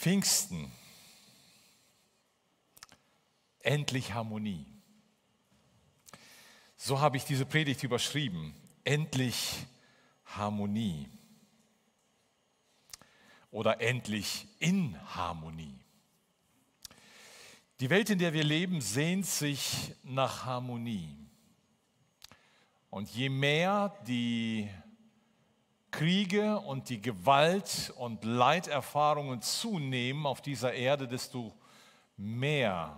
Pfingsten. Endlich Harmonie. So habe ich diese Predigt überschrieben. Endlich Harmonie. Oder endlich in Harmonie. Die Welt, in der wir leben, sehnt sich nach Harmonie. Und je mehr die Kriege und die Gewalt und Leiterfahrungen zunehmen auf dieser Erde, desto mehr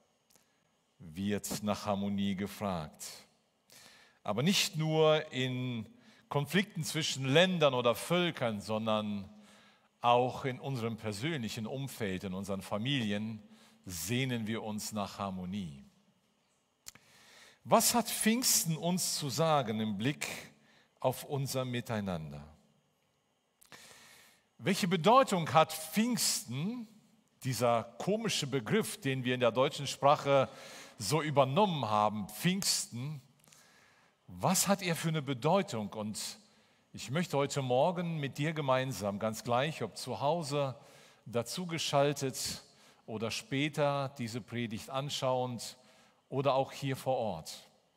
wird nach Harmonie gefragt. Aber nicht nur in Konflikten zwischen Ländern oder Völkern, sondern auch in unserem persönlichen Umfeld, in unseren Familien sehnen wir uns nach Harmonie. Was hat Pfingsten uns zu sagen im Blick auf unser Miteinander? Welche Bedeutung hat Pfingsten, dieser komische Begriff, den wir in der deutschen Sprache so übernommen haben, Pfingsten? Was hat er für eine Bedeutung? Und ich möchte heute Morgen mit dir gemeinsam, ganz gleich, ob zu Hause dazugeschaltet oder später diese Predigt anschauend oder auch hier vor Ort,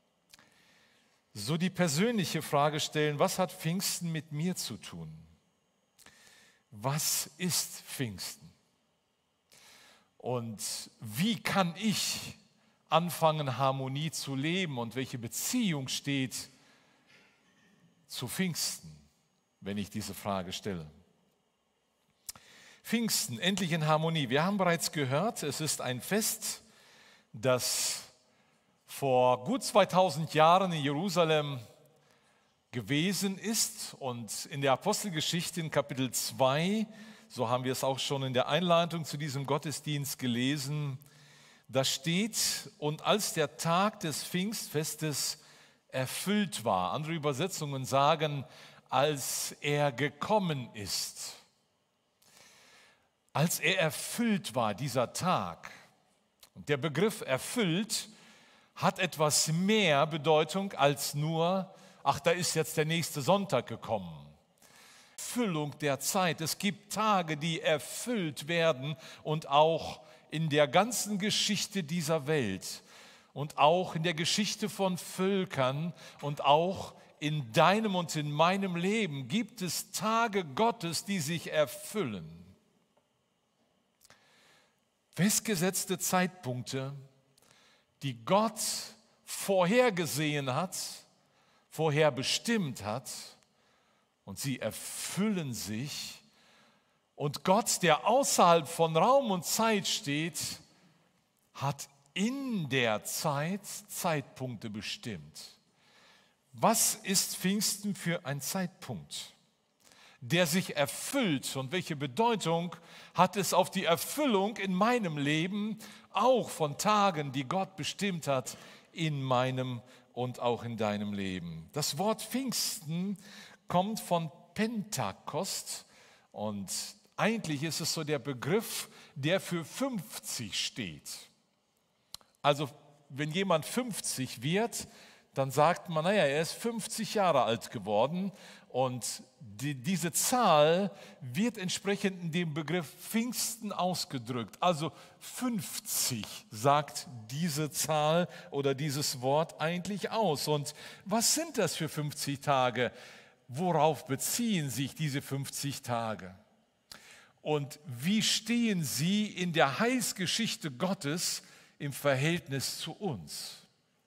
so die persönliche Frage stellen: Was hat Pfingsten mit mir zu tun? Was ist Pfingsten? Und wie kann ich anfangen, Harmonie zu leben? Und welche Beziehung steht zu Pfingsten, wenn ich diese Frage stelle? Pfingsten, endlich in Harmonie. Wir haben bereits gehört, es ist ein Fest, das vor gut 2000 Jahren in Jerusalem gewesen ist. Und in der Apostelgeschichte in Kapitel 2, so haben wir es auch schon in der Einleitung zu diesem Gottesdienst gelesen, da steht: Und als der Tag des Pfingstfestes erfüllt war, andere Übersetzungen sagen, als er gekommen ist, als er erfüllt war, dieser Tag. Und der Begriff erfüllt hat etwas mehr Bedeutung als nur, ach, da ist jetzt der nächste Sonntag gekommen. Erfüllung der Zeit. Es gibt Tage, die erfüllt werden, und auch in der ganzen Geschichte dieser Welt und auch in der Geschichte von Völkern und auch in deinem und in meinem Leben gibt es Tage Gottes, die sich erfüllen. Festgesetzte Zeitpunkte, die Gott vorhergesehen hat, vorherbestimmt hat, und sie erfüllen sich. Und Gott, der außerhalb von Raum und Zeit steht, hat in der Zeit Zeitpunkte bestimmt. Was ist Pfingsten für ein Zeitpunkt, der sich erfüllt? Und welche Bedeutung hat es auf die Erfüllung in meinem Leben, auch von Tagen, die Gott bestimmt hat, in meinem und auch in deinem Leben? Das Wort Pfingsten kommt von Pentakost, und eigentlich ist es so der Begriff, der für 50 steht. Also wenn jemand 50 wird, dann sagt man, naja, er ist 50 Jahre alt geworden, und diese Zahl wird entsprechend in dem Begriff Pfingsten ausgedrückt. Also 50 sagt diese Zahl oder dieses Wort eigentlich aus. Und was sind das für 50 Tage? Worauf beziehen sich diese 50 Tage? Und wie stehen sie in der Heilsgeschichte Gottes im Verhältnis zu uns?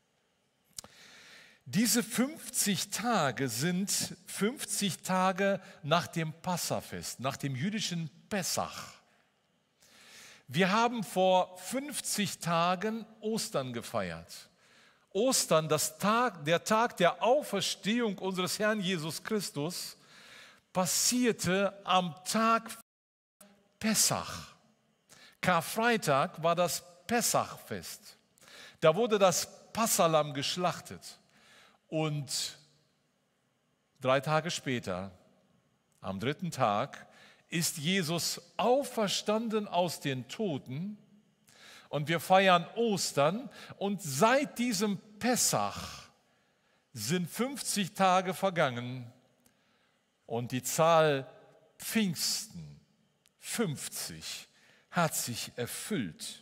Diese 50 Tage sind 50 Tage nach dem Passafest, nach dem jüdischen Pessach. Wir haben vor 50 Tagen Ostern gefeiert. Ostern, der Tag der Auferstehung unseres Herrn Jesus Christus, passierte am Tag Pessach. Karfreitag war das Pessachfest. Da wurde das Passahlamm geschlachtet. Und 3 Tage später, am 3. Tag, ist Jesus auferstanden aus den Toten, und wir feiern Ostern. Und seit diesem Pessach sind 50 Tage vergangen, und die Zahl Pfingsten 50 hat sich erfüllt.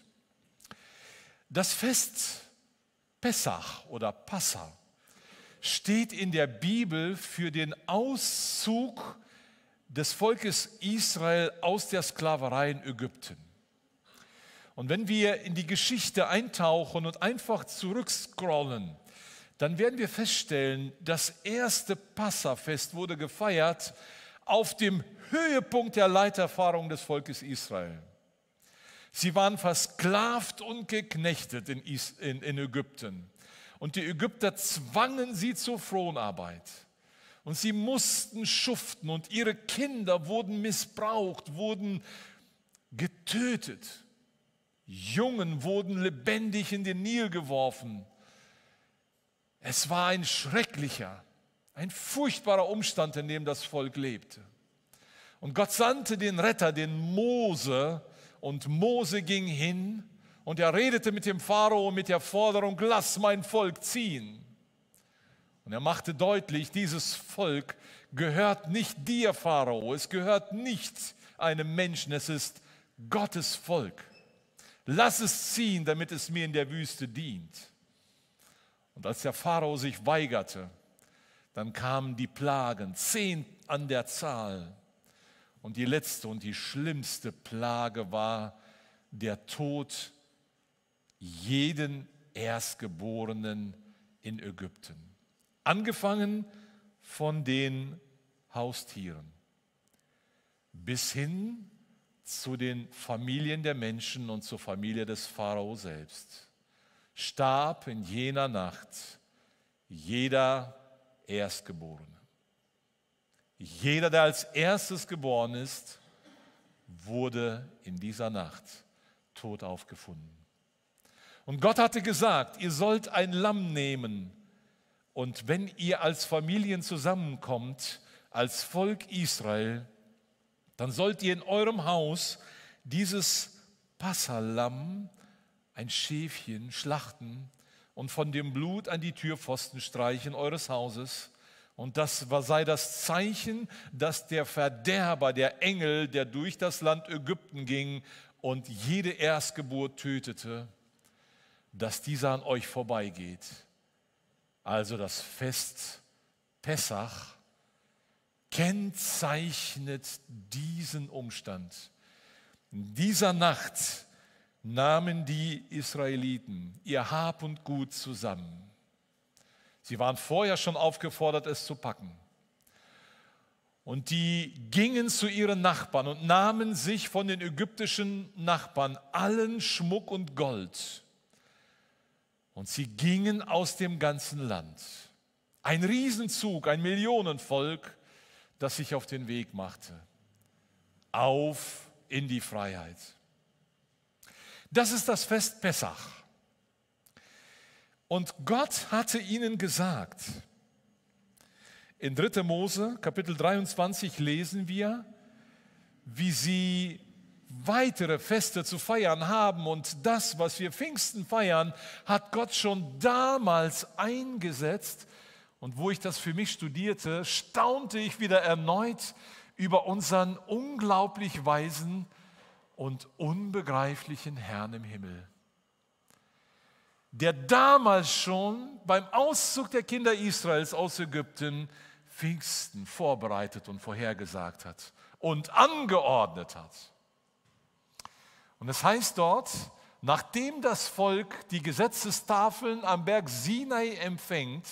Das Fest Pessach oder Passa steht in der Bibel für den Auszug des Volkes Israel aus der Sklaverei in Ägypten. Und wenn wir in die Geschichte eintauchen und einfach zurückscrollen, dann werden wir feststellen, das erste Passafest wurde gefeiert auf dem Höhepunkt der Leiterfahrung des Volkes Israel. Sie waren versklavt und geknechtet in Ägypten. Und die Ägypter zwangen sie zur Fronarbeit. Und sie mussten schuften und ihre Kinder wurden missbraucht, wurden getötet. Jungen wurden lebendig in den Nil geworfen. Es war ein schrecklicher, ein furchtbarer Umstand, in dem das Volk lebte. Und Gott sandte den Retter, den Mose, und Mose ging hin und er redete mit dem Pharao mit der Forderung, lass mein Volk ziehen. Und er machte deutlich, dieses Volk gehört nicht dir, Pharao, es gehört nicht einem Menschen, es ist Gottes Volk. Lass es ziehen, damit es mir in der Wüste dient. Und als der Pharao sich weigerte, dann kamen die Plagen, 10 an der Zahl. Und die letzte und die schlimmste Plage war der Tod jeden Erstgeborenen in Ägypten. Angefangen von den Haustieren bis hin zu den Familien der Menschen und zur Familie des Pharao selbst. Starb in jener Nacht jeder Erstgeborene. Jeder, der als erstes geboren ist, wurde in dieser Nacht tot aufgefunden. Und Gott hatte gesagt, ihr sollt ein Lamm nehmen und wenn ihr als Familien zusammenkommt, als Volk Israel, dann sollt ihr in eurem Haus dieses Passalamm, ein Schäfchen, schlachten und von dem Blut an die Türpfosten streichen eures Hauses. Und das sei das Zeichen, dass der Verderber, der Engel, der durch das Land Ägypten ging und jede Erstgeburt tötete, dass dieser an euch vorbeigeht. Also das Fest Pessach kennzeichnet diesen Umstand. In dieser Nacht nahmen die Israeliten ihr Hab und Gut zusammen. Sie waren vorher schon aufgefordert, es zu packen. Und die gingen zu ihren Nachbarn und nahmen sich von den ägyptischen Nachbarn allen Schmuck und Gold. Und sie gingen aus dem ganzen Land. Ein Riesenzug, ein Millionenvolk, das sich auf den Weg machte. Auf in die Freiheit. Das ist das Fest Pessach. Und Gott hatte ihnen gesagt, in 3. Mose, Kapitel 23 lesen wir, wie sie weitere Feste zu feiern haben. Und das, was wir Pfingsten feiern, hat Gott schon damals eingesetzt. Und wo ich das für mich studierte, staunte ich wieder erneut über unseren unglaublich weisen und unbegreiflichen Herrn im Himmel, der damals schon beim Auszug der Kinder Israels aus Ägypten Pfingsten vorbereitet und vorhergesagt hat und angeordnet hat. Und es heißt dort, nachdem das Volk die Gesetzestafeln am Berg Sinai empfängt,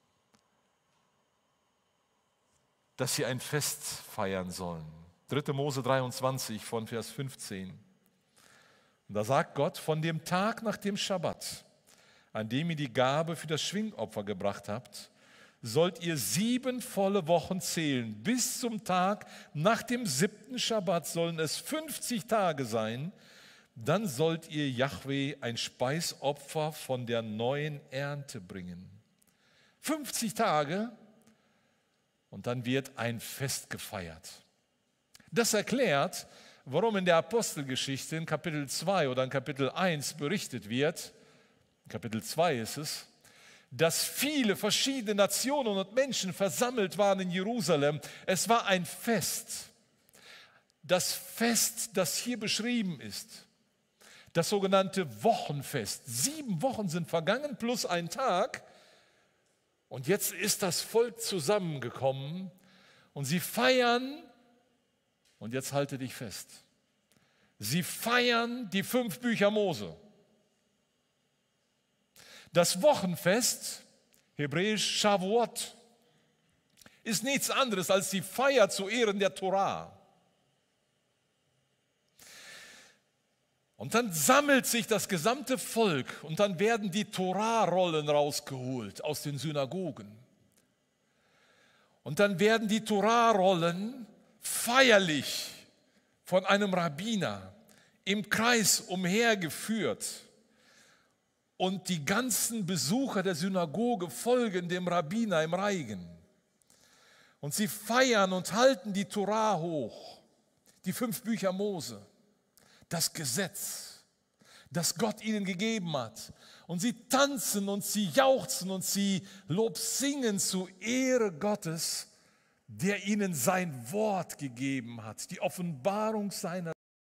dass sie ein Fest feiern sollen. 3. Mose 23 von Vers 15. Und da sagt Gott, von dem Tag nach dem Schabbat, an dem ihr die Gabe für das Schwingopfer gebracht habt, sollt ihr 7 volle Wochen zählen. Bis zum Tag nach dem 7. Schabbat sollen es 50 Tage sein. Dann sollt ihr Jahwe ein Speisopfer von der neuen Ernte bringen. 50 Tage und dann wird ein Fest gefeiert. Das erklärt, warum in der Apostelgeschichte in Kapitel 2 oder in Kapitel 1 berichtet wird, Kapitel 2 ist es, dass viele verschiedene Nationen und Menschen versammelt waren in Jerusalem. Es war ein Fest. das Fest, das hier beschrieben ist, das sogenannte Wochenfest. 7 Wochen sind vergangen plus ein Tag. Und jetzt ist das Volk zusammengekommen und sie feiern, und jetzt halte dich fest, sie feiern die 5 Bücher Mose. Das Wochenfest, hebräisch Shavuot, ist nichts anderes als die Feier zu Ehren der Torah. Und dann sammelt sich das gesamte Volk und dann werden die Torah-Rollen rausgeholt aus den Synagogen. Und dann werden die Torah-Rollen feierlich von einem Rabbiner im Kreis umhergeführt. Und die ganzen Besucher der Synagoge folgen dem Rabbiner im Reigen. Und sie feiern und halten die Torah hoch, die 5 Bücher Mose, das Gesetz, das Gott ihnen gegeben hat. Und sie tanzen und sie jauchzen und sie Lob singen zur Ehre Gottes, der ihnen sein Wort gegeben hat, die Offenbarung seiner.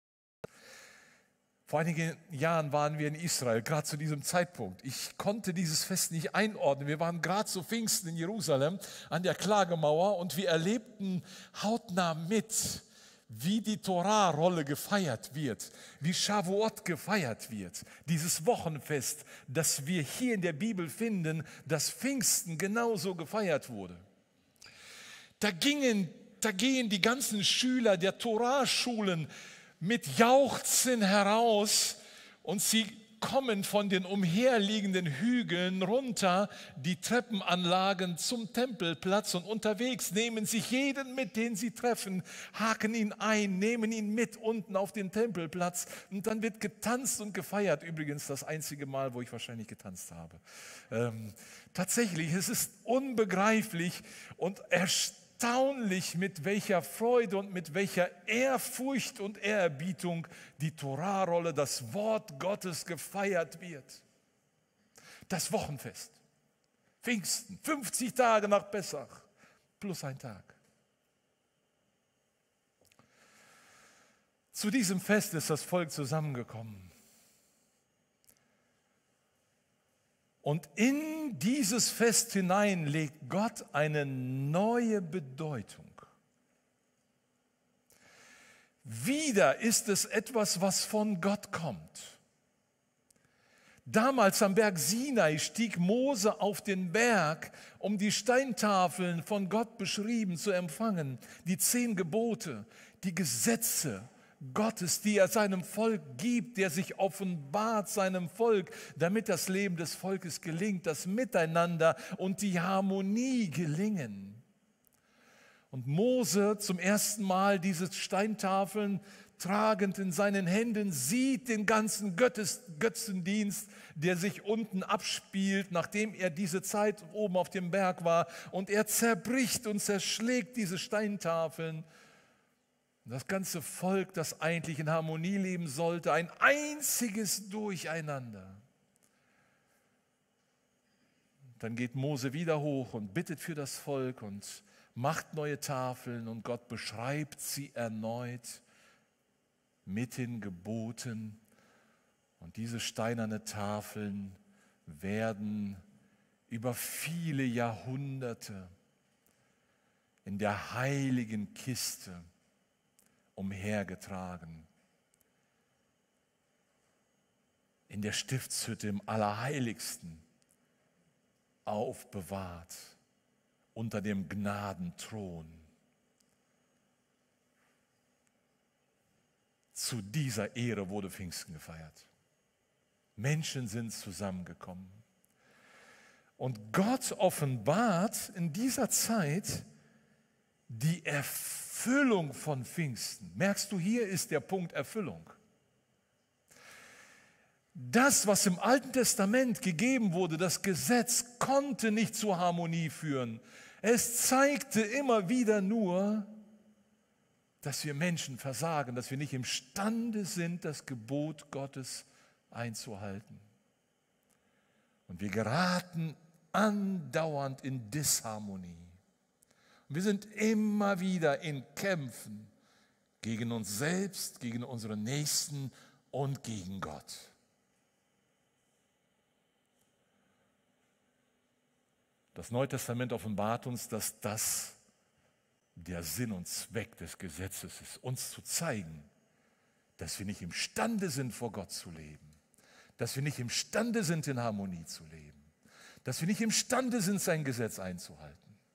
Vor einigen Jahren waren wir in Israel, gerade zu diesem Zeitpunkt. Ich konnte dieses Fest nicht einordnen. Wir waren gerade zu Pfingsten in Jerusalem an der Klagemauer und wir erlebten hautnah mit, wie die Torah-Rolle gefeiert wird, wie Shavuot gefeiert wird. Dieses Wochenfest, das wir hier in der Bibel finden, das Pfingsten genauso gefeiert wurde. Da gehen die ganzen Schüler der Torah-Schulen mit Jauchzen heraus und sie kommen von den umherliegenden Hügeln runter, die Treppenanlagen zum Tempelplatz und unterwegs nehmen sich jeden mit, den sie treffen, haken ihn ein, nehmen ihn mit unten auf den Tempelplatz und dann wird getanzt und gefeiert. Übrigens das einzige Mal, wo ich wahrscheinlich getanzt habe. Tatsächlich, es ist unbegreiflich und erstaunlich, mit welcher Freude und mit welcher Ehrfurcht und Ehrerbietung die Torah-Rolle, das Wort Gottes gefeiert wird. Das Wochenfest, Pfingsten, 50 Tage nach Pessach, plus ein Tag. Zu diesem Fest ist das Volk zusammengekommen. Und in dieses Fest hinein legt Gott eine neue Bedeutung. Wieder ist es etwas, was von Gott kommt. Damals am Berg Sinai stieg Mose auf den Berg, um die Steintafeln von Gott beschrieben zu empfangen, die 10 Gebote, die Gesetze Gottes, die er seinem Volk gibt, der sich offenbart seinem Volk, damit das Leben des Volkes gelingt, das Miteinander und die Harmonie gelingen. Und Mose zum ersten Mal diese Steintafeln tragend in seinen Händen sieht den ganzen Götzendienst, der sich unten abspielt, nachdem er diese Zeit oben auf dem Berg war. Und er zerbricht und zerschlägt diese Steintafeln. Das ganze Volk, das eigentlich in Harmonie leben sollte, ein einziges Durcheinander. Dann geht Mose wieder hoch und bittet für das Volk und macht neue Tafeln und Gott beschreibt sie erneut mit den Geboten. Und diese steinerne Tafeln werden über viele Jahrhunderte in der heiligen Kiste umhergetragen. In der Stiftshütte im Allerheiligsten aufbewahrt, unter dem Gnadenthron. Zu dieser Ehre wurde Pfingsten gefeiert. Menschen sind zusammengekommen. Und Gott offenbart in dieser Zeit die Erfüllung von Pfingsten. Merkst du, hier ist der Punkt Erfüllung. Das, was im Alten Testament gegeben wurde, das Gesetz, konnte nicht zur Harmonie führen. Es zeigte immer wieder nur, dass wir Menschen versagen, dass wir nicht imstande sind, das Gebot Gottes einzuhalten. Und wir geraten andauernd in Disharmonie. Wir sind immer wieder in Kämpfen, Gegen uns selbst, gegen unsere Nächsten und gegen Gott. Das Neue Testament offenbart uns, dass das der Sinn und Zweck des Gesetzes ist, uns zu zeigen, dass wir nicht imstande sind, vor Gott zu leben, dass wir nicht imstande sind, in Harmonie zu leben, dass wir nicht imstande sind, sein Gesetz einzuhalten.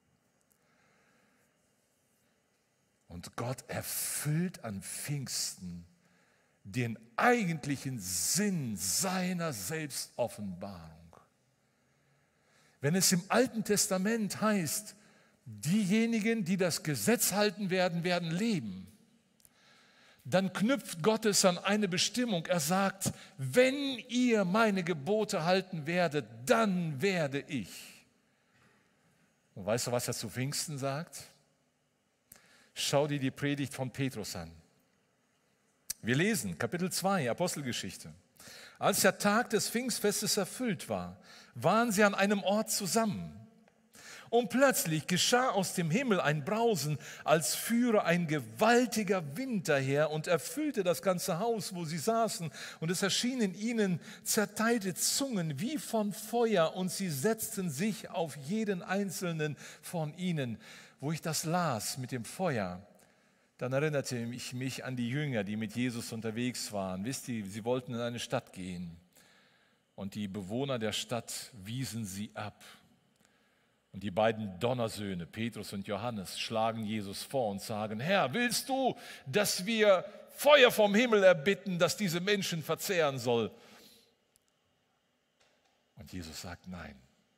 Und Gott erfüllt an Pfingsten den eigentlichen Sinn seiner Selbstoffenbarung. Wenn es im Alten Testament heißt, diejenigen, die das Gesetz halten werden, werden leben, dann knüpft Gott es an eine Bestimmung. Er sagt, wenn ihr meine Gebote halten werdet, dann werde ich. Und weißt du, was er zu Pfingsten sagt? Schau dir die Predigt von Petrus an. Wir lesen Kapitel 2, Apostelgeschichte. Als der Tag des Pfingstfestes erfüllt war, waren sie an einem Ort zusammen. Und plötzlich geschah aus dem Himmel ein Brausen, als führe ein gewaltiger Wind daher und erfüllte das ganze Haus, wo sie saßen. Und es erschienen ihnen zerteilte Zungen wie von Feuer, und sie setzten sich auf jeden einzelnen von ihnen. Wo ich das las mit dem Feuer, dann erinnerte ich mich an die Jünger, die mit Jesus unterwegs waren. Wisst ihr, sie wollten in eine Stadt gehen und die Bewohner der Stadt wiesen sie ab. Und die beiden Donnersöhne, Petrus und Johannes, schlagen Jesus vor und sagen, Herr, willst du, dass wir Feuer vom Himmel erbitten, das diese Menschen verzehren soll? Und Jesus sagt, nein,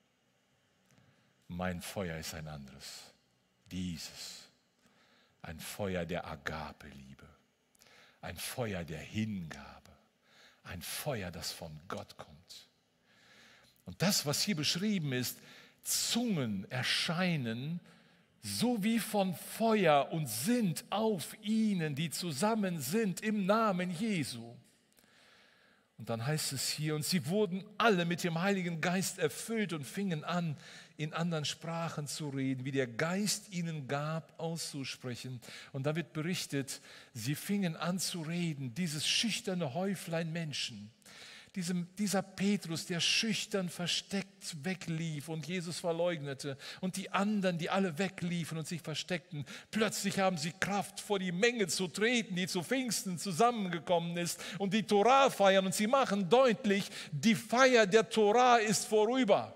mein Feuer ist ein anderes. Dieses, ein Feuer der Agape-Liebe, ein Feuer der Hingabe, ein Feuer, das von Gott kommt. Und das, was hier beschrieben ist, Zungen erscheinen so wie von Feuer und sind auf ihnen, die zusammen sind im Namen Jesu. Und dann heißt es hier, und sie wurden alle mit dem Heiligen Geist erfüllt und fingen an, in anderen Sprachen zu reden, wie der Geist ihnen gab, auszusprechen. Und da wird berichtet, sie fingen an zu reden, dieses schüchterne Häuflein Menschen. Dieser Petrus, der schüchtern versteckt weglief und Jesus verleugnete, und die anderen, die alle wegliefen und sich versteckten, plötzlich haben sie Kraft, vor die Menge zu treten, die zu Pfingsten zusammengekommen ist und die Tora feiern, und sie machen deutlich, die Feier der Tora ist vorüber.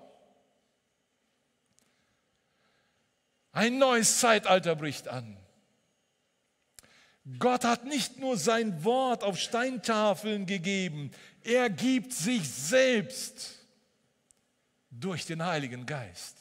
Ein neues Zeitalter bricht an. Gott hat nicht nur sein Wort auf Steintafeln gegeben, er gibt sich selbst durch den Heiligen Geist.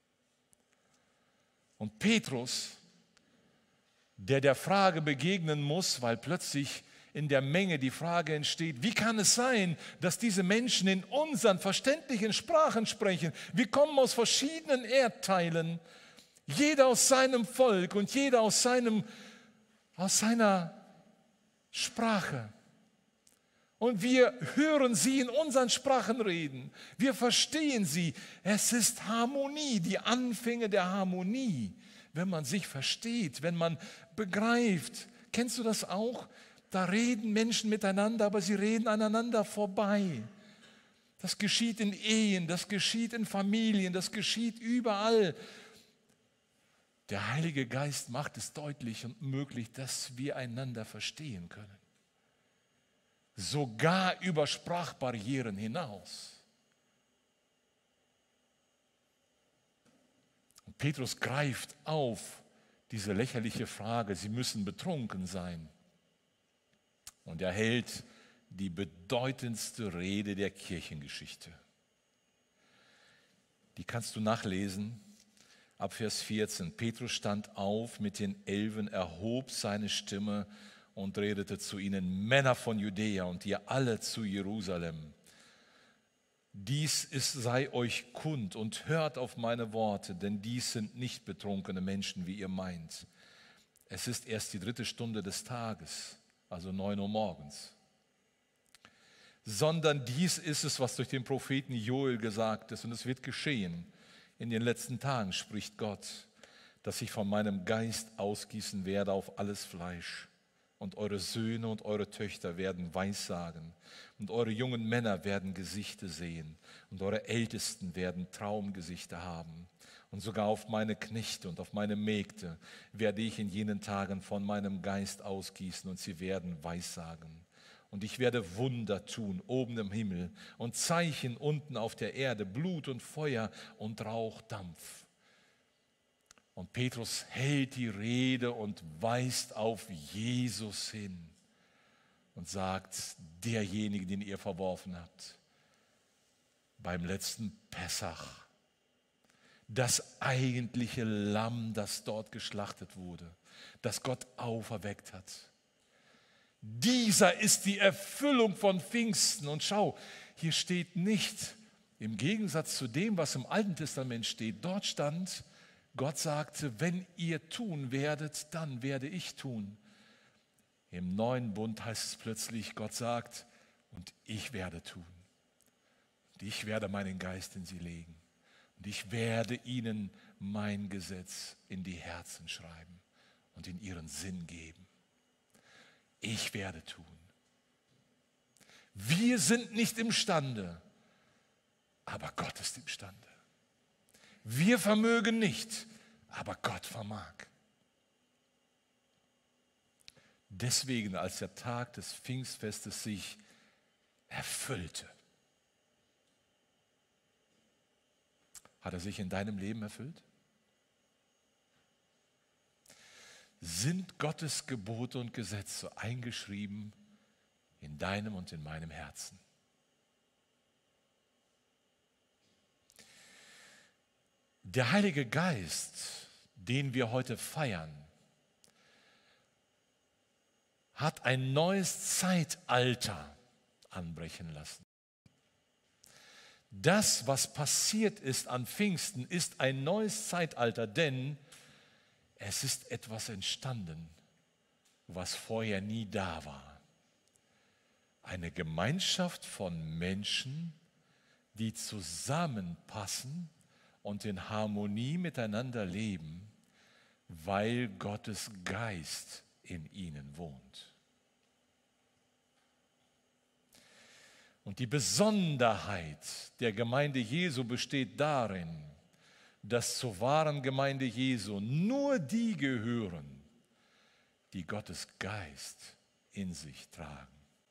Und Petrus, der Frage begegnen muss, weil plötzlich in der Menge die Frage entsteht, wie kann es sein, dass diese Menschen in unseren verständlichen Sprachen sprechen? Wir kommen aus verschiedenen Erdteilen, jeder aus seinem Volk und jeder aus seiner Sprache. Und wir hören sie in unseren Sprachen reden. Wir verstehen sie. Es ist Harmonie, die Anfänge der Harmonie, wenn man sich versteht, wenn man begreift. Kennst du das auch? Da reden Menschen miteinander, aber sie reden aneinander vorbei. Das geschieht in Ehen, das geschieht in Familien, das geschieht überall. Der Heilige Geist macht es deutlich und möglich, dass wir einander verstehen können. Sogar über Sprachbarrieren hinaus. Und Petrus greift auf diese lächerliche Frage, sie müssen betrunken sein. Und er hält die bedeutendste Rede der Kirchengeschichte. Die kannst du nachlesen. Ab Vers 14, Petrus stand auf mit den 11, erhob seine Stimme und redete zu ihnen, Männer von Judäa und ihr alle zu Jerusalem. Dies sei euch kund und hört auf meine Worte, denn dies sind nicht betrunkene Menschen, wie ihr meint. Es ist erst die 3. Stunde des Tages, also 9 Uhr morgens. Sondern dies ist es, was durch den Propheten Joel gesagt ist, und es wird geschehen. In den letzten Tagen spricht Gott, dass ich von meinem Geist ausgießen werde auf alles Fleisch. und eure Söhne und eure Töchter werden Weissagen und eure jungen Männer werden Gesichter sehen und eure Ältesten werden Traumgesichter haben. Und sogar auf meine Knechte und auf meine Mägde werde ich in jenen Tagen von meinem Geist ausgießen und sie werden Weissagen. Und ich werde Wunder tun oben im Himmel und Zeichen unten auf der Erde, Blut und Feuer und Rauchdampf. Und Petrus hält die Rede und weist auf Jesus hin und sagt, derjenige, den ihr verworfen habt, beim letzten Pessach, das eigentliche Lamm, das dort geschlachtet wurde, das Gott auferweckt hat. Dieser ist die Erfüllung von Pfingsten. Und schau, hier steht nicht, im Gegensatz zu dem, was im Alten Testament steht, dort stand, Gott sagte, wenn ihr tun werdet, dann werde ich tun. Im neuen Bund heißt es plötzlich, Gott sagt, und ich werde tun. Und ich werde meinen Geist in sie legen. Und ich werde ihnen mein Gesetz in die Herzen schreiben und in ihren Sinn geben. Ich werde tun. Wir sind nicht imstande, aber Gott ist imstande. Wir vermögen nicht, aber Gott vermag. Deswegen, als der Tag des Pfingstfestes sich erfüllte, hat er sich in deinem Leben erfüllt? Sind Gottes Gebote und Gesetze eingeschrieben in deinem und in meinem Herzen? Der Heilige Geist, den wir heute feiern, hat ein neues Zeitalter anbrechen lassen. Das, was passiert ist an Pfingsten, ist ein neues Zeitalter, denn es ist etwas entstanden, was vorher nie da war. Eine Gemeinschaft von Menschen, die zusammenpassen und in Harmonie miteinander leben, weil Gottes Geist in ihnen wohnt. Und die Besonderheit der Gemeinde Jesu besteht darin, dass zur wahren Gemeinde Jesu nur die gehören, die Gottes Geist in sich tragen.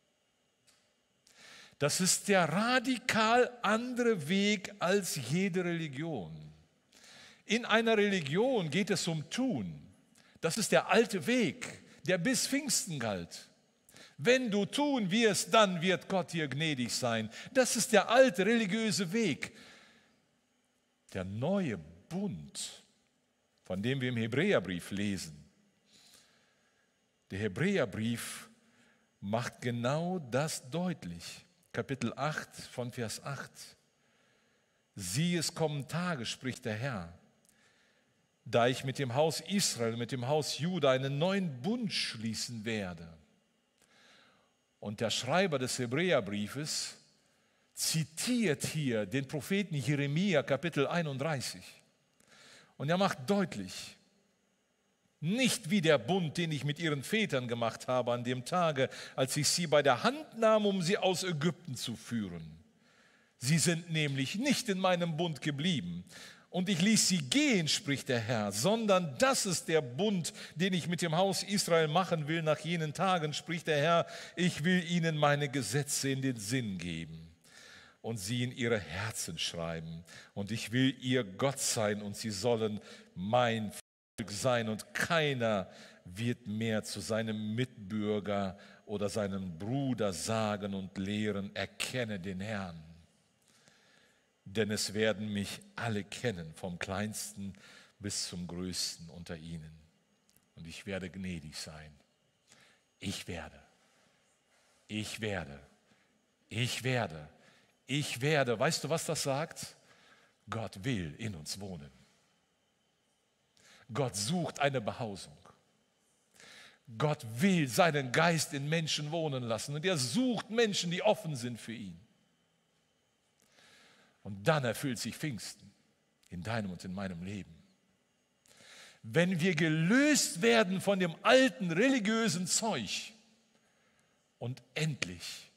Das ist der radikal andere Weg als jede Religion. In einer Religion geht es um Tun. Das ist der alte Weg, der bis Pfingsten galt. Wenn du tun wirst, dann wird Gott dir gnädig sein. Das ist der alte religiöse Weg. Der neue Bund, von dem wir im Hebräerbrief lesen. Der Hebräerbrief macht genau das deutlich. Kapitel 8 von Vers 8. Siehe, es kommen Tage, spricht der Herr, da ich mit dem Haus Israel, mit dem Haus Juda einen neuen Bund schließen werde. Und der Schreiber des Hebräerbriefes zitiert hier den Propheten Jeremia, Kapitel 31. Und er macht deutlich, nicht wie der Bund, den ich mit ihren Vätern gemacht habe an dem Tage, als ich sie bei der Hand nahm, um sie aus Ägypten zu führen. Sie sind nämlich nicht in meinem Bund geblieben. Und ich ließ sie gehen, spricht der Herr, sondern das ist der Bund, den ich mit dem Haus Israel machen will nach jenen Tagen, spricht der Herr. Ich will ihnen meine Gesetze in den Sinn geben und sie in ihre Herzen schreiben. Und ich will ihr Gott sein und sie sollen mein Volk sein. Und keiner wird mehr zu seinem Mitbürger oder seinem Bruder sagen und lehren, erkenne den Herrn. Denn es werden mich alle kennen, vom Kleinsten bis zum Größten unter ihnen. Und ich werde gnädig sein. Ich werde. Weißt du, was das sagt? Gott will in uns wohnen. Gott sucht eine Behausung. Gott will seinen Geist in Menschen wohnen lassen. Und er sucht Menschen, die offen sind für ihn. Und dann erfüllt sich Pfingsten in deinem und in meinem Leben. wenn wir gelöst werden von dem alten religiösen Zeug und endlich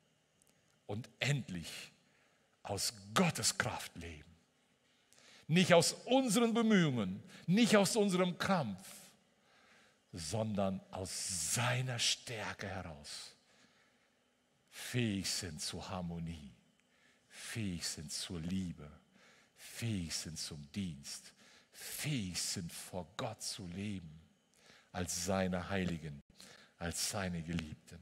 aus Gottes Kraft leben. Nicht aus unseren Bemühungen, nicht aus unserem Krampf, sondern aus seiner Stärke heraus fähig sind zur Harmonie, fähig sind zur Liebe, fähig sind zum Dienst, fähig sind vor Gott zu leben, als seine Heiligen, als seine Geliebten.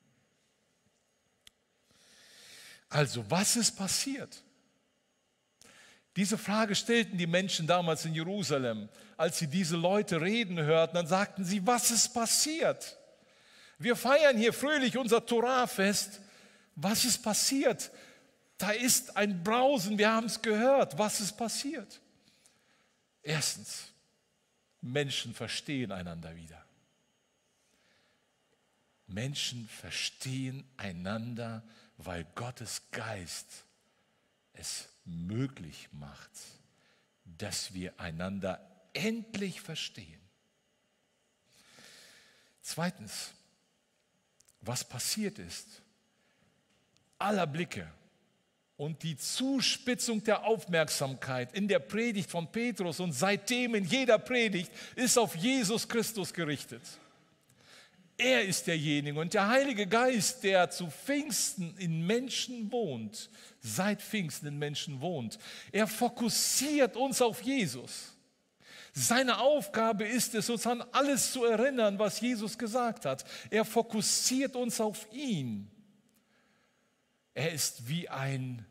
Also, was ist passiert? Diese Frage stellten die Menschen damals in Jerusalem. Als sie diese Leute reden hörten, dann sagten sie, was ist passiert? Wir feiern hier fröhlich unser Torah-Fest. Was ist passiert? Da ist ein Brausen, wir haben es gehört. Was ist passiert? Erstens, Menschen verstehen einander wieder. Menschen verstehen einander, weil Gottes Geist es möglich macht, dass wir einander endlich verstehen. Zweitens, was passiert ist, aller Blicke und die Zuspitzung der Aufmerksamkeit in der Predigt von Petrus und seitdem in jeder Predigt ist auf Jesus Christus gerichtet. Er ist derjenige und der Heilige Geist, der zu Pfingsten in Menschen wohnt, seit Pfingsten in Menschen wohnt, er fokussiert uns auf Jesus. Seine Aufgabe ist es, uns an alles zu erinnern, was Jesus gesagt hat. Er fokussiert uns auf ihn. Er ist wie ein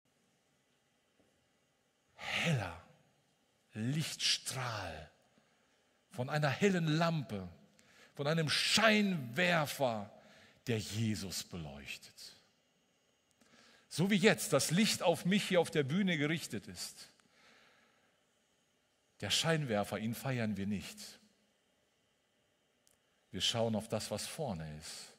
heller Lichtstrahl von einer hellen Lampe, von einem Scheinwerfer, der Jesus beleuchtet. So wie jetzt das Licht auf mich hier auf der Bühne gerichtet ist. Der Scheinwerfer, ihn feiern wir nicht. Wir schauen auf das, was vorne ist.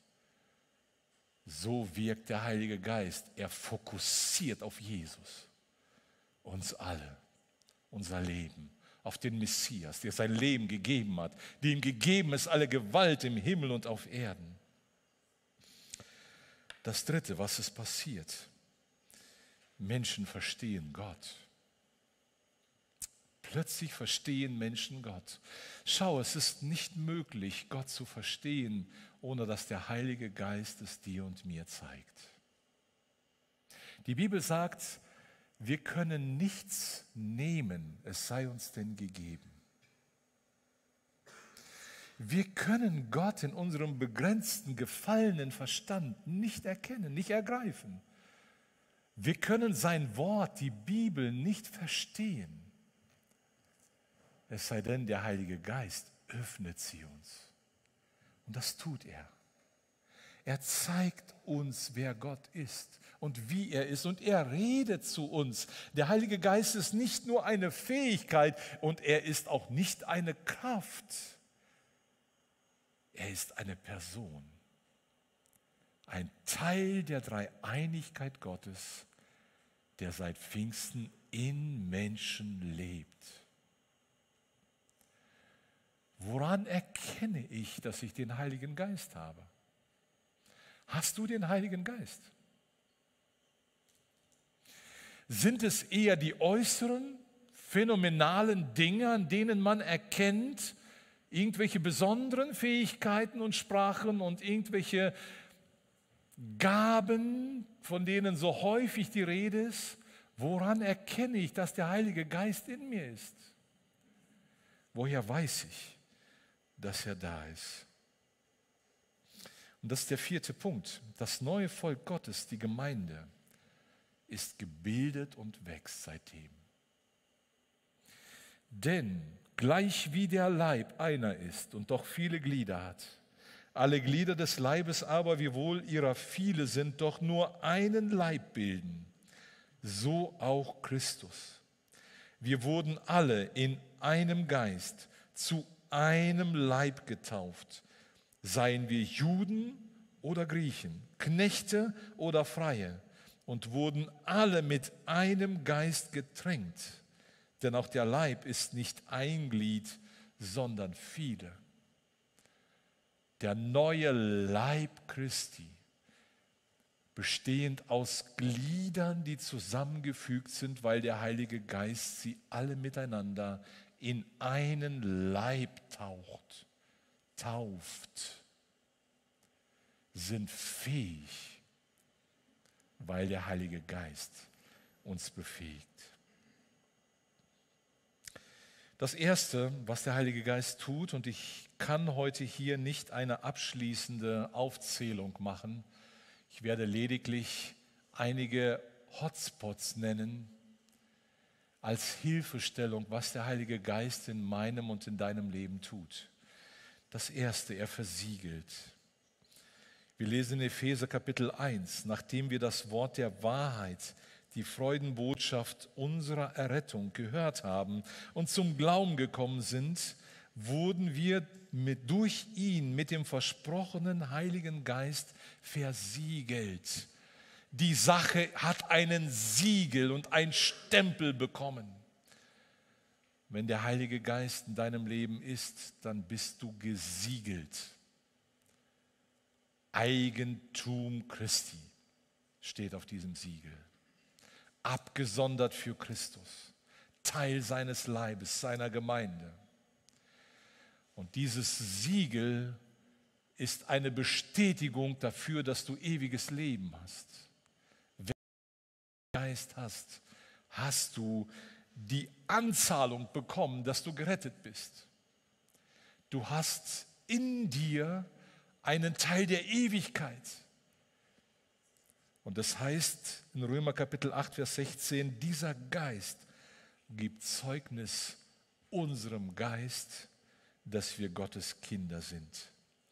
So wirkt der Heilige Geist. Er fokussiert auf Jesus. Uns alle, unser Leben, auf den Messias, der sein Leben gegeben hat, dem gegeben ist alle Gewalt im Himmel und auf Erden. Das Dritte, was ist passiert? Menschen verstehen Gott. Plötzlich verstehen Menschen Gott. Schau, es ist nicht möglich, Gott zu verstehen, ohne dass der Heilige Geist es dir und mir zeigt. Die Bibel sagt, wir können nichts nehmen, es sei uns denn gegeben. Wir können Gott in unserem begrenzten, gefallenen Verstand nicht erkennen, nicht ergreifen. Wir können sein Wort, die Bibel, nicht verstehen. Es sei denn, der Heilige Geist öffnet sie uns. Und das tut er. Er zeigt uns, wer Gott ist und wie er ist. Und er redet zu uns. Der Heilige Geist ist nicht nur eine Fähigkeit und er ist auch nicht eine Kraft. Er ist eine Person. Ein Teil der Dreieinigkeit Gottes, der seit Pfingsten in Menschen lebt. Woran erkenne ich, dass ich den Heiligen Geist habe? Hast du den Heiligen Geist? Sind es eher die äußeren, phänomenalen Dinge, an denen man erkennt, irgendwelche besonderen Fähigkeiten und Sprachen und irgendwelche Gaben, von denen so häufig die Rede ist? Woran erkenne ich, dass der Heilige Geist in mir ist? Woher weiß ich, dass er da ist? Und das ist der vierte Punkt. Das neue Volk Gottes, die Gemeinde, ist gebildet und wächst seitdem. Denn gleich wie der Leib einer ist und doch viele Glieder hat, alle Glieder des Leibes aber, wiewohl ihrer viele sind, doch nur einen Leib bilden, so auch Christus. Wir wurden alle in einem Geist zu einem Leib getauft, seien wir Juden oder Griechen, Knechte oder Freie, und wurden alle mit einem Geist getränkt. Denn auch der Leib ist nicht ein Glied, sondern viele. Der neue Leib Christi, bestehend aus Gliedern, die zusammengefügt sind, weil der Heilige Geist sie alle miteinander in einen Leib tauft, sind fähig, weil der Heilige Geist uns befähigt. Das Erste, was der Heilige Geist tut, und ich kann heute hier nicht eine abschließende Aufzählung machen, ich werde lediglich einige Hotspots nennen, als Hilfestellung, was der Heilige Geist in meinem und in deinem Leben tut. Das Erste, er versiegelt. Wir lesen in Epheser Kapitel 1, nachdem wir das Wort der Wahrheit, die Freudenbotschaft unserer Errettung gehört haben und zum Glauben gekommen sind, wurden wir durch ihn mit dem versprochenen Heiligen Geist versiegelt. Die Sache hat einen Siegel und einen Stempel bekommen. Wenn der Heilige Geist in deinem Leben ist, dann bist du gesiegelt. Eigentum Christi steht auf diesem Siegel. Abgesondert für Christus, Teil seines Leibes, seiner Gemeinde. Und dieses Siegel ist eine Bestätigung dafür, dass du ewiges Leben hast. Wenn du den Geist hast, hast du die Anzahlung bekommen, dass du gerettet bist. Du hast in dir einen Teil der Ewigkeit. Und das heißt in Römer Kapitel 8, Vers 16, dieser Geist gibt Zeugnis unserem Geist, dass wir Gottes Kinder sind.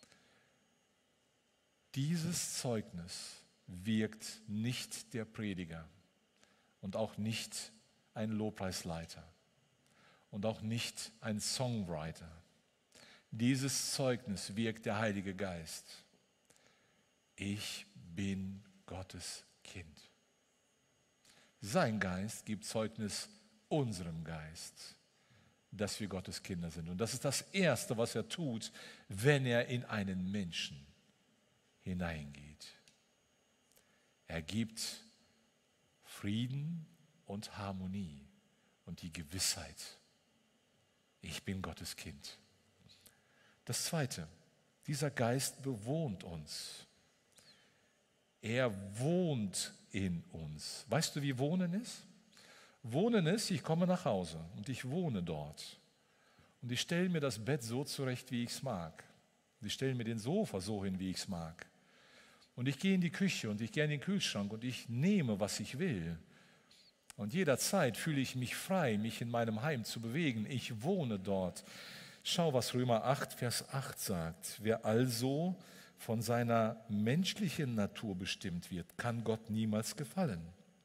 Dieses Zeugnis wirkt nicht der Prediger und auch nicht ein Lobpreisleiter und auch nicht ein Songwriter. Dieses Zeugnis wirkt der Heilige Geist. Ich bin Gottes Kind. Sein Geist gibt Zeugnis unserem Geist, dass wir Gottes Kinder sind. Und das ist das Erste, was er tut, wenn er in einen Menschen hineingeht. Er gibt Frieden und Harmonie und die Gewissheit, ich bin Gottes Kind. Das Zweite, dieser Geist bewohnt uns. Er wohnt in uns. Weißt du, wie Wohnen ist? Wohnen ist, ich komme nach Hause und ich wohne dort. Und ich stelle mir das Bett so zurecht, wie ich es mag. Ich stelle mir den Sofa so hin, wie ich es mag. Und ich gehe in die Küche und ich gehe in den Kühlschrank und ich nehme, was ich will. Und jederzeit fühle ich mich frei, mich in meinem Heim zu bewegen. Ich wohne dort. Schau, was Römer 8, Vers 8 sagt. Wer also von seiner menschlichen Natur bestimmt wird, kann Gott niemals gefallen.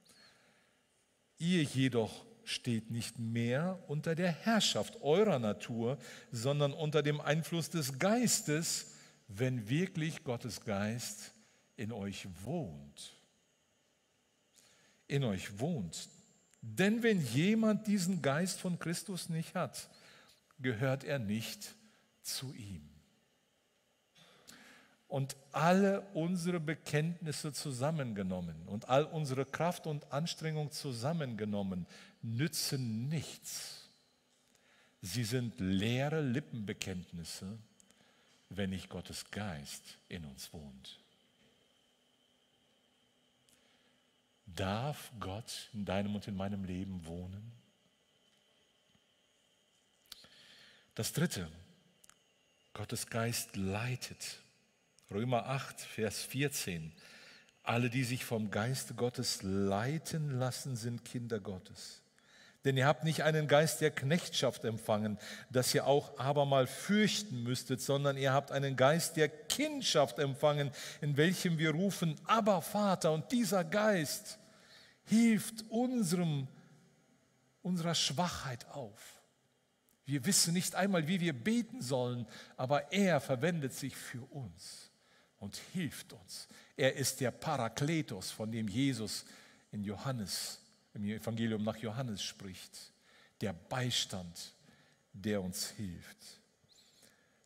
Ihr jedoch steht nicht mehr unter der Herrschaft eurer Natur, sondern unter dem Einfluss des Geistes, wenn wirklich Gottes Geist in euch wohnt. In euch wohnt. Denn wenn jemand diesen Geist von Christus nicht hat, gehört er nicht zu ihm. Und alle unsere Bekenntnisse zusammengenommen und all unsere Kraft und Anstrengung zusammengenommen, nützen nichts. Sie sind leere Lippenbekenntnisse, wenn nicht Gottes Geist in uns wohnt. Darf Gott in deinem und in meinem Leben wohnen? Das Dritte, Gottes Geist leitet. Römer 8, Vers 14. Alle, die sich vom Geiste Gottes leiten lassen, sind Kinder Gottes. Denn ihr habt nicht einen Geist der Knechtschaft empfangen, dass ihr auch abermal fürchten müsstet, sondern ihr habt einen Geist der Kindschaft empfangen, in welchem wir rufen, Abba, Vater. Und dieser Geist hilft unserer Schwachheit auf. Wir wissen nicht einmal, wie wir beten sollen, aber er verwendet sich für uns und hilft uns. Er ist der Parakletos, von dem Jesus im Evangelium nach Johannes spricht. Der Beistand, der uns hilft.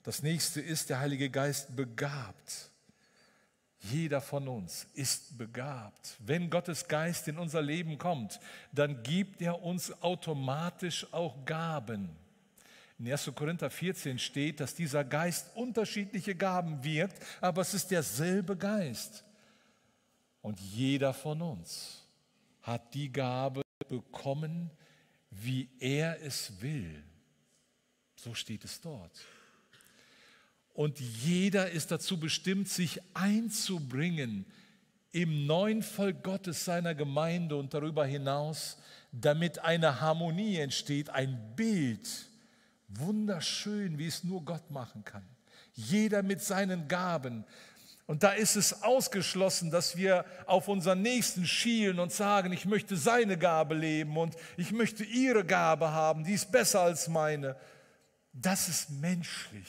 Das nächste ist, der Heilige Geist begabt. Jeder von uns ist begabt. Wenn Gottes Geist in unser Leben kommt, dann gibt er uns automatisch auch Gaben. In 1. Korinther 14 steht, dass dieser Geist unterschiedliche Gaben wirkt, aber es ist derselbe Geist. Und jeder von uns hat die Gabe bekommen, wie er es will. So steht es dort. Und jeder ist dazu bestimmt, sich einzubringen im neuen Volk Gottes, seiner Gemeinde und darüber hinaus, damit eine Harmonie entsteht, ein Bild, wunderschön, wie es nur Gott machen kann. Jeder mit seinen Gaben. Und da ist es ausgeschlossen, dass wir auf unseren Nächsten schielen und sagen, ich möchte seine Gabe leben und ich möchte ihre Gabe haben, die ist besser als meine. Das ist menschlich.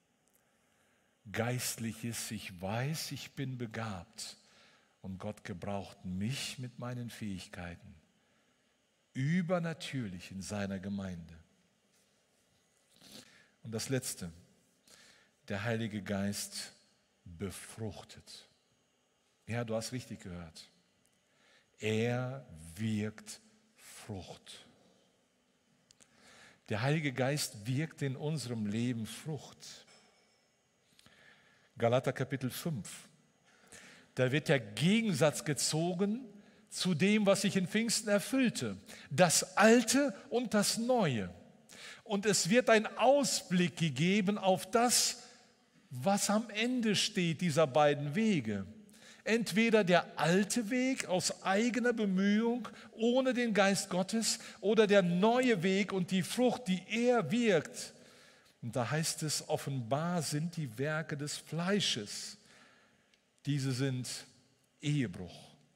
Geistliches, ich weiß, ich bin begabt und Gott gebraucht mich mit meinen Fähigkeiten übernatürlich in seiner Gemeinde. Und das Letzte, der Heilige Geist befruchtet. Ja, du hast richtig gehört. Er wirkt Frucht. Der Heilige Geist wirkt in unserem Leben Frucht. Galater Kapitel 5. Da wird der Gegensatz gezogen zu dem, was sich in Pfingsten erfüllte. Das Alte und das Neue. Und es wird ein Ausblick gegeben auf das, was am Ende steht dieser beiden Wege. Entweder der alte Weg aus eigener Bemühung, ohne den Geist Gottes, oder der neue Weg und die Frucht, die er wirkt. Und da heißt es, offenbar sind die Werke des Fleisches. Diese sind Ehebruch,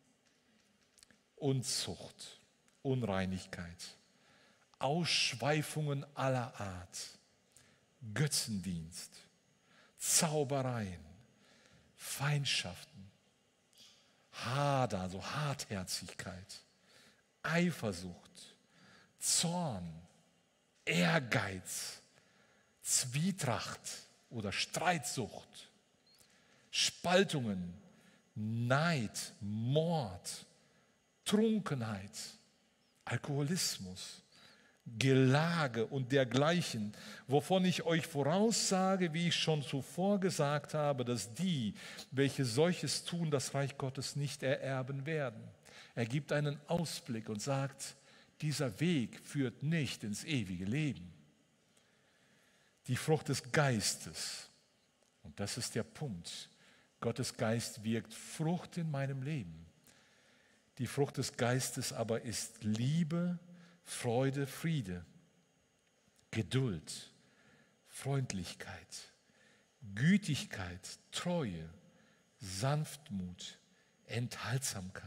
Unzucht, Unreinigkeit, Ausschweifungen aller Art, Götzendienst, Zaubereien, Feindschaften, Hader, also Hartherzigkeit, Eifersucht, Zorn, Ehrgeiz, Zwietracht oder Streitsucht, Spaltungen, Neid, Mord, Trunkenheit, Alkoholismus, Gelage und dergleichen, wovon ich euch voraussage, wie ich schon zuvor gesagt habe, dass die, welche solches tun, das Reich Gottes nicht ererben werden. Er gibt einen Ausblick und sagt, dieser Weg führt nicht ins ewige Leben. Die Frucht des Geistes, und das ist der Punkt, Gottes Geist wirkt Frucht in meinem Leben. Die Frucht des Geistes aber ist Liebe, Freude, Friede, Geduld, Freundlichkeit, Gütigkeit, Treue, Sanftmut, Enthaltsamkeit.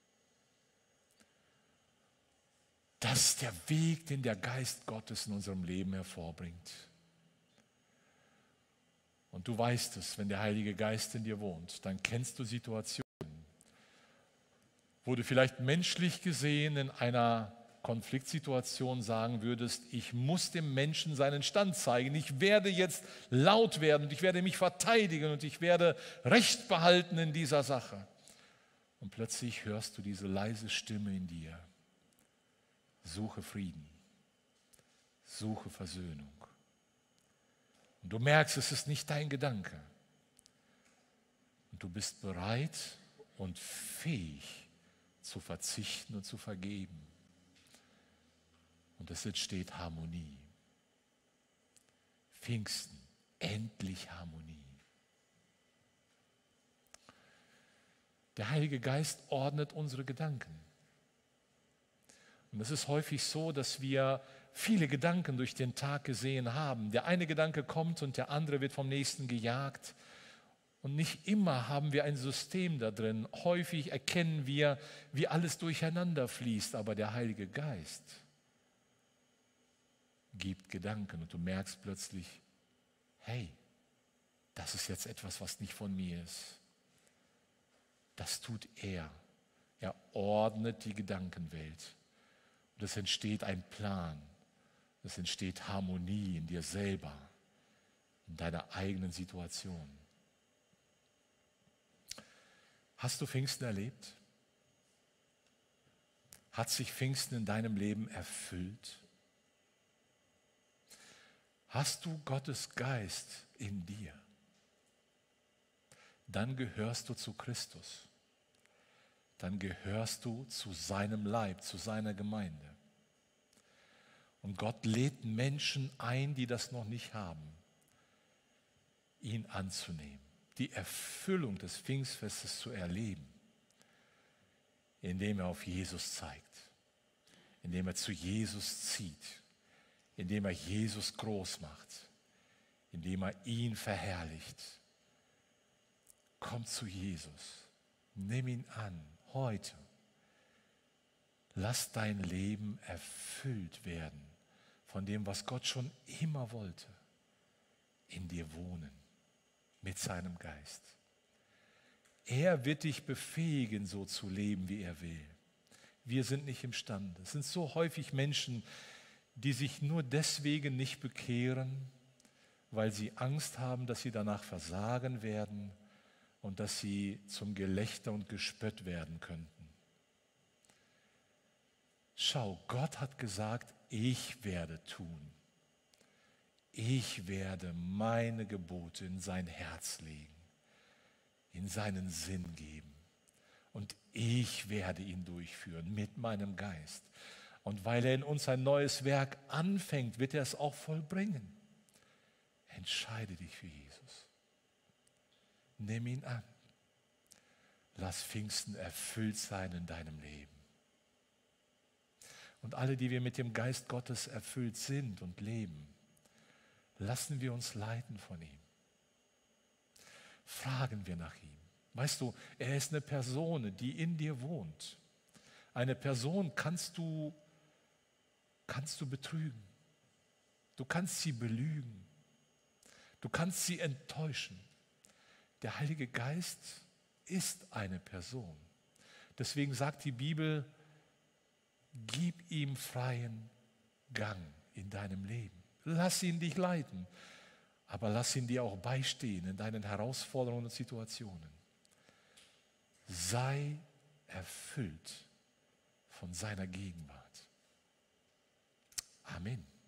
Das ist der Weg, den der Geist Gottes in unserem Leben hervorbringt. Und du weißt es, wenn der Heilige Geist in dir wohnt, dann kennst du Situationen, wo du vielleicht menschlich gesehen in einer Konfliktsituation sagen würdest, ich muss dem Menschen seinen Stand zeigen, ich werde jetzt laut werden und ich werde mich verteidigen und ich werde Recht behalten in dieser Sache. Und plötzlich hörst du diese leise Stimme in dir. Suche Frieden, suche Versöhnung. Und du merkst, es ist nicht dein Gedanke. Und du bist bereit und fähig zu verzichten und zu vergeben. Und es entsteht Harmonie. Pfingsten, endlich Harmonie. Der Heilige Geist ordnet unsere Gedanken. Und es ist häufig so, dass wir viele Gedanken durch den Tag gesehen haben. Der eine Gedanke kommt und der andere wird vom nächsten gejagt. Und nicht immer haben wir ein System da drin. Häufig erkennen wir, wie alles durcheinander fließt. Aber der Heilige Geist gibt Gedanken und du merkst plötzlich, hey, das ist jetzt etwas, was nicht von mir ist. Das tut er. Er ordnet die Gedankenwelt. Und es entsteht ein Plan. Es entsteht Harmonie in dir selber. in deiner eigenen Situation. Hast du Pfingsten erlebt? Hat sich Pfingsten in deinem Leben erfüllt? Hast du Gottes Geist in dir? Dann gehörst du zu Christus. Dann gehörst du zu seinem Leib, zu seiner Gemeinde. Und Gott lädt Menschen ein, die das noch nicht haben, ihn anzunehmen, die Erfüllung des Pfingstfestes zu erleben, indem er auf Jesus zeigt, indem er zu Jesus zieht, indem er Jesus groß macht, indem er ihn verherrlicht. Komm zu Jesus, nimm ihn an, heute. Lass dein Leben erfüllt werden von dem, was Gott schon immer wollte, in dir wohnen, mit seinem Geist. Er wird dich befähigen, so zu leben, wie er will. Wir sind nicht imstande. Es sind so häufig Menschen, die sich nur deswegen nicht bekehren, weil sie Angst haben, dass sie danach versagen werden und dass sie zum Gelächter und Gespött werden könnten. Schau, Gott hat gesagt, ich werde tun. Ich werde meine Gebote in sein Herz legen, in seinen Sinn geben. Und ich werde ihn durchführen mit meinem Geist. Und weil er in uns ein neues Werk anfängt, wird er es auch vollbringen. Entscheide dich für Jesus. Nimm ihn an. Lass Pfingsten erfüllt sein in deinem Leben. Und alle, die wir mit dem Geist Gottes erfüllt sind und leben, lassen wir uns leiten von ihm. Fragen wir nach ihm. Weißt du, er ist eine Person, die in dir wohnt. Eine Person kannst du betrügen. Du kannst sie belügen. Du kannst sie enttäuschen. Der Heilige Geist ist eine Person. Deswegen sagt die Bibel, gib ihm freien Gang in deinem Leben. Lass ihn dich leiten, aber lass ihn dir auch beistehen in deinen Herausforderungen und Situationen. Sei erfüllt von seiner Gegenwart. Amen.